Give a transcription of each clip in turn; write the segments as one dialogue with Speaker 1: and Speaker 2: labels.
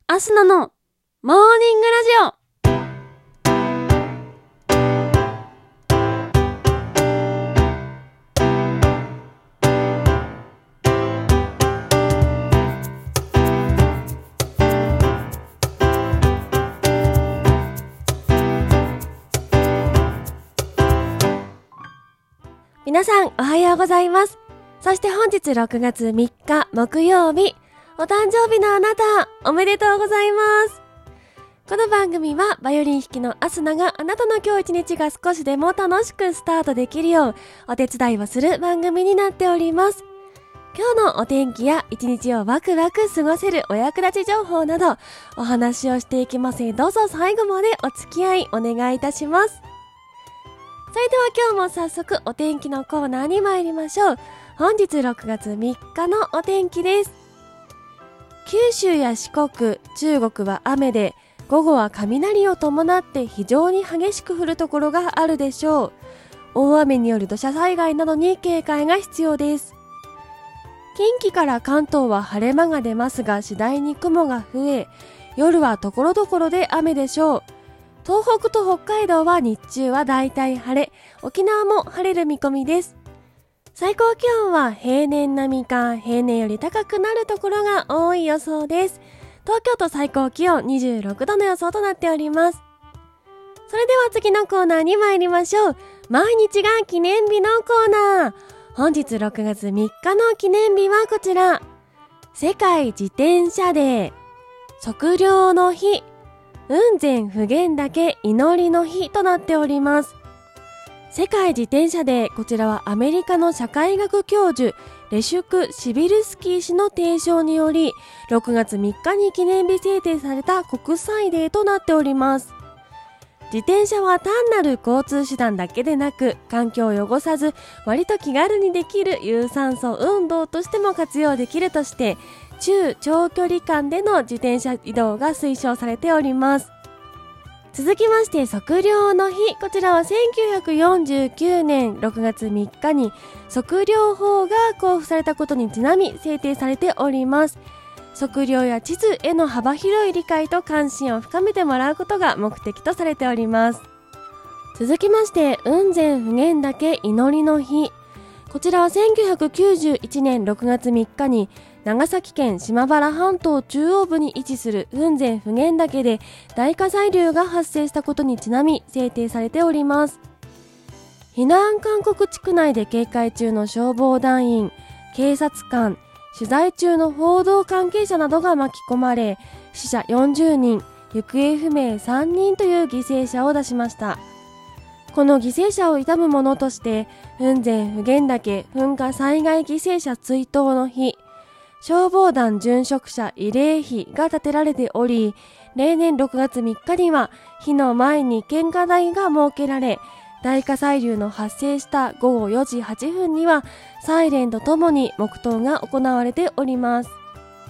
Speaker 1: アスナのモーニングラジオ。皆さんおはようございます。そして本日6月3日木曜日、お誕生日のあなた、おめでとうございます。この番組はバイオリン弾きのアスナがあなたの今日一日が少しでも楽しくスタートできるようお手伝いをする番組になっております。今日のお天気や一日をワクワク過ごせるお役立ち情報などお話をしていきますので、どうぞ最後までお付き合いお願いいたします。それでは今日も早速お天気のコーナーに参りましょう。本日6月3日のお天気です。九州や四国、中国は雨で、午後は雷を伴って非常に激しく降るところがあるでしょう。大雨による土砂災害などに警戒が必要です。近畿から関東は晴れ間が出ますが、次第に雲が増え、夜は所々で雨でしょう。東北と北海道は日中はだいたい晴れ、沖縄も晴れる見込みです。最高気温は平年並みか平年より高くなるところが多い予想です。東京都最高気温26度の予想となっております。それでは次のコーナーに参りましょう。毎日が記念日のコーナー。本日6月3日の記念日はこちら。世界自転車デー、測量の日、雲仙普賢岳祈りの日となっております。世界自転車デー、こちらはアメリカの社会学教授レシュク・シビルスキー氏の提唱により6月3日に記念日制定された国際デーとなっております。自転車は単なる交通手段だけでなく、環境を汚さず割と気軽にできる有酸素運動としても活用できるとして、中長距離間での自転車移動が推奨されております。続きまして測量の日、こちらは1949年6月3日に測量法が公布されたことにちなみ制定されております。測量や地図への幅広い理解と関心を深めてもらうことが目的とされております。続きまして雲仙普賢岳祈りの日、こちらは1991年6月3日に長崎県島原半島中央部に位置する雲仙普賢岳で大火砕流が発生したことにちなみ制定されております。避難勧告地区内で警戒中の消防団員、警察官、取材中の報道関係者などが巻き込まれ、死者40人、行方不明3人という犠牲者を出しました。この犠牲者を悼むものとして雲仙普賢岳噴火災害犠牲者追悼の日、消防団殉職者慰霊碑が建てられており、例年6月3日には碑の前に献花台が設けられ、大火砕流の発生した午後4時8分にはサイレンとともに黙祷が行われております。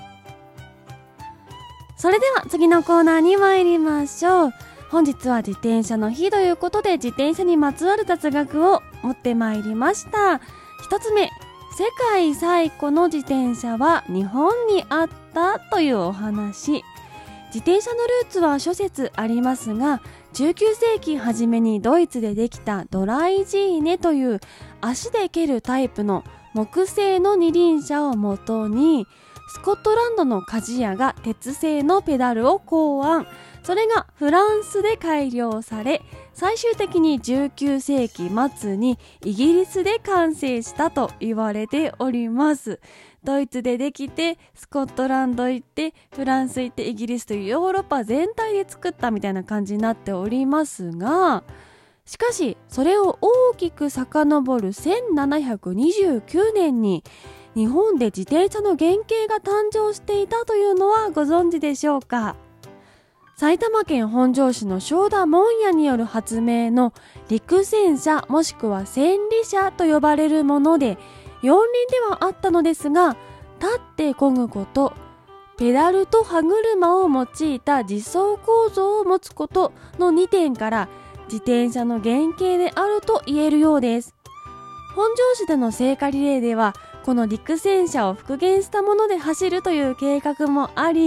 Speaker 1: それでは次のコーナーに参りましょう。本日は自転車の日ということで、自転車にまつわる雑学を持ってまいりました。一つ目、世界最古の自転車は日本にあったというお話。自転車のルーツは諸説ありますが、19世紀初めにドイツでできたドライジーネという足で蹴るタイプの木製の二輪車をもとに、スコットランドの鍛冶屋が鉄製のペダルを考案。それがフランスで改良され、最終的に19世紀末にイギリスで完成したと言われております。ドイツでできて、スコットランド行って、フランス行って、イギリスというヨーロッパ全体で作ったみたいな感じになっておりますが、しかしそれを大きく遡る1729年に日本で自転車の原型が誕生していたというのはご存知でしょうか。埼玉県本庄市の正田門也による発明の陸戦車もしくは千里車と呼ばれるもので、四輪ではあったのですが、立って漕ぐこと、ペダルと歯車を用いた自走構造を持つことの2点から自転車の原型であると言えるようです。本庄市での聖火リレーではこの陸戦車を復元したもので走るという計画もあり、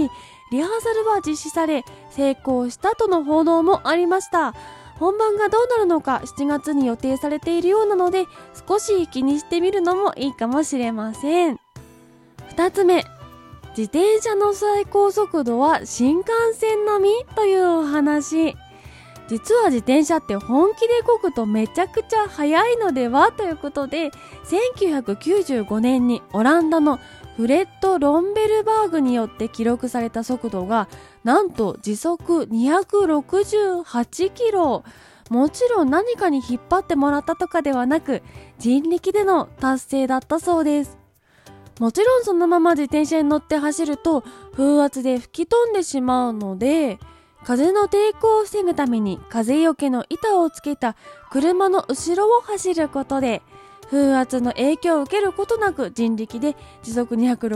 Speaker 1: リハーサルは実施され成功したとの報道もありました。本番がどうなるのか7月に予定されているようなので、少し気にしてみるのもいいかもしれません。2つ目、自転車の最高速度は新幹線並みというお話。実は自転車って本気で漕ぐとめちゃくちゃ速いのではということで、1995年にオランダのフレッド・ロンベルバーグによって記録された速度がなんと時速268キロ。もちろん何かに引っ張ってもらったとかではなく、人力での達成だったそうです。もちろんそのまま自転車に乗って走ると風圧で吹き飛んでしまうので、風の抵抗を防ぐために風よけの板をつけた車の後ろを走ることで、風圧の影響を受けることなく人力で時速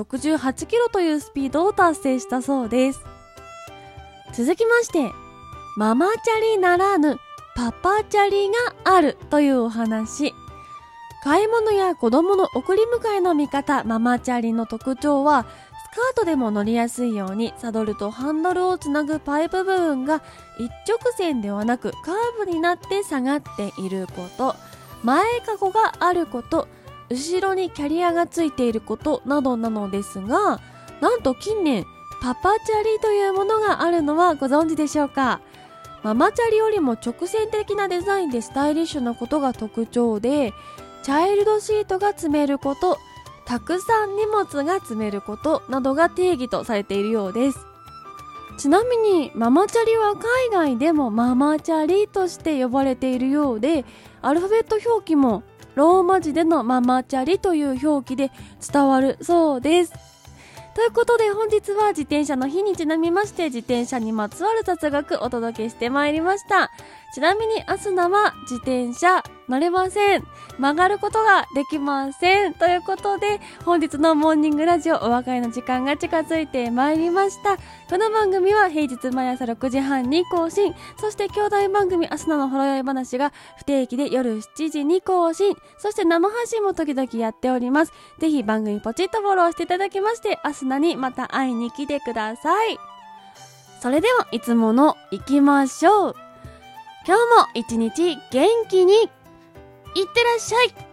Speaker 1: 268キロというスピードを達成したそうです。続きまして、ママチャリならぬパパチャリがあるというお話。買い物や子供の送り迎えの味方、ママチャリの特徴は、スカートでも乗りやすいようにサドルとハンドルをつなぐパイプ部分が一直線ではなくカーブになって下がっていること、前かごがあること、後ろにキャリアがついていることなどなのですが、なんと近年パパチャリというものがあるのはご存知でしょうか。ママチャリよりも直線的なデザインでスタイリッシュなことが特徴で、チャイルドシートが積めること、たくさん荷物が積めることなどが定義とされているようです。ちなみにママチャリは海外でもママチャリとして呼ばれているようで、アルファベット表記もローマ字でのママチャリという表記で伝わるそうです。ということで本日は自転車の日にちなみまして、自転車にまつわる雑学お届けしてまいりました。ちなみにアスナは自転車乗れません。曲がることができません。ということで本日のモーニングラジオお別れの時間が近づいてまいりました。この番組は平日毎朝6時半に更新、そして兄弟番組アスナのほろ酔い話が不定期で夜7時に更新、そして生配信も時々やっております。ぜひ番組ポチッとフォローしていただきまして、アスナにまた会いに来てください。それではいつもの行きましょう。今日も一日元気にいってらっしゃい。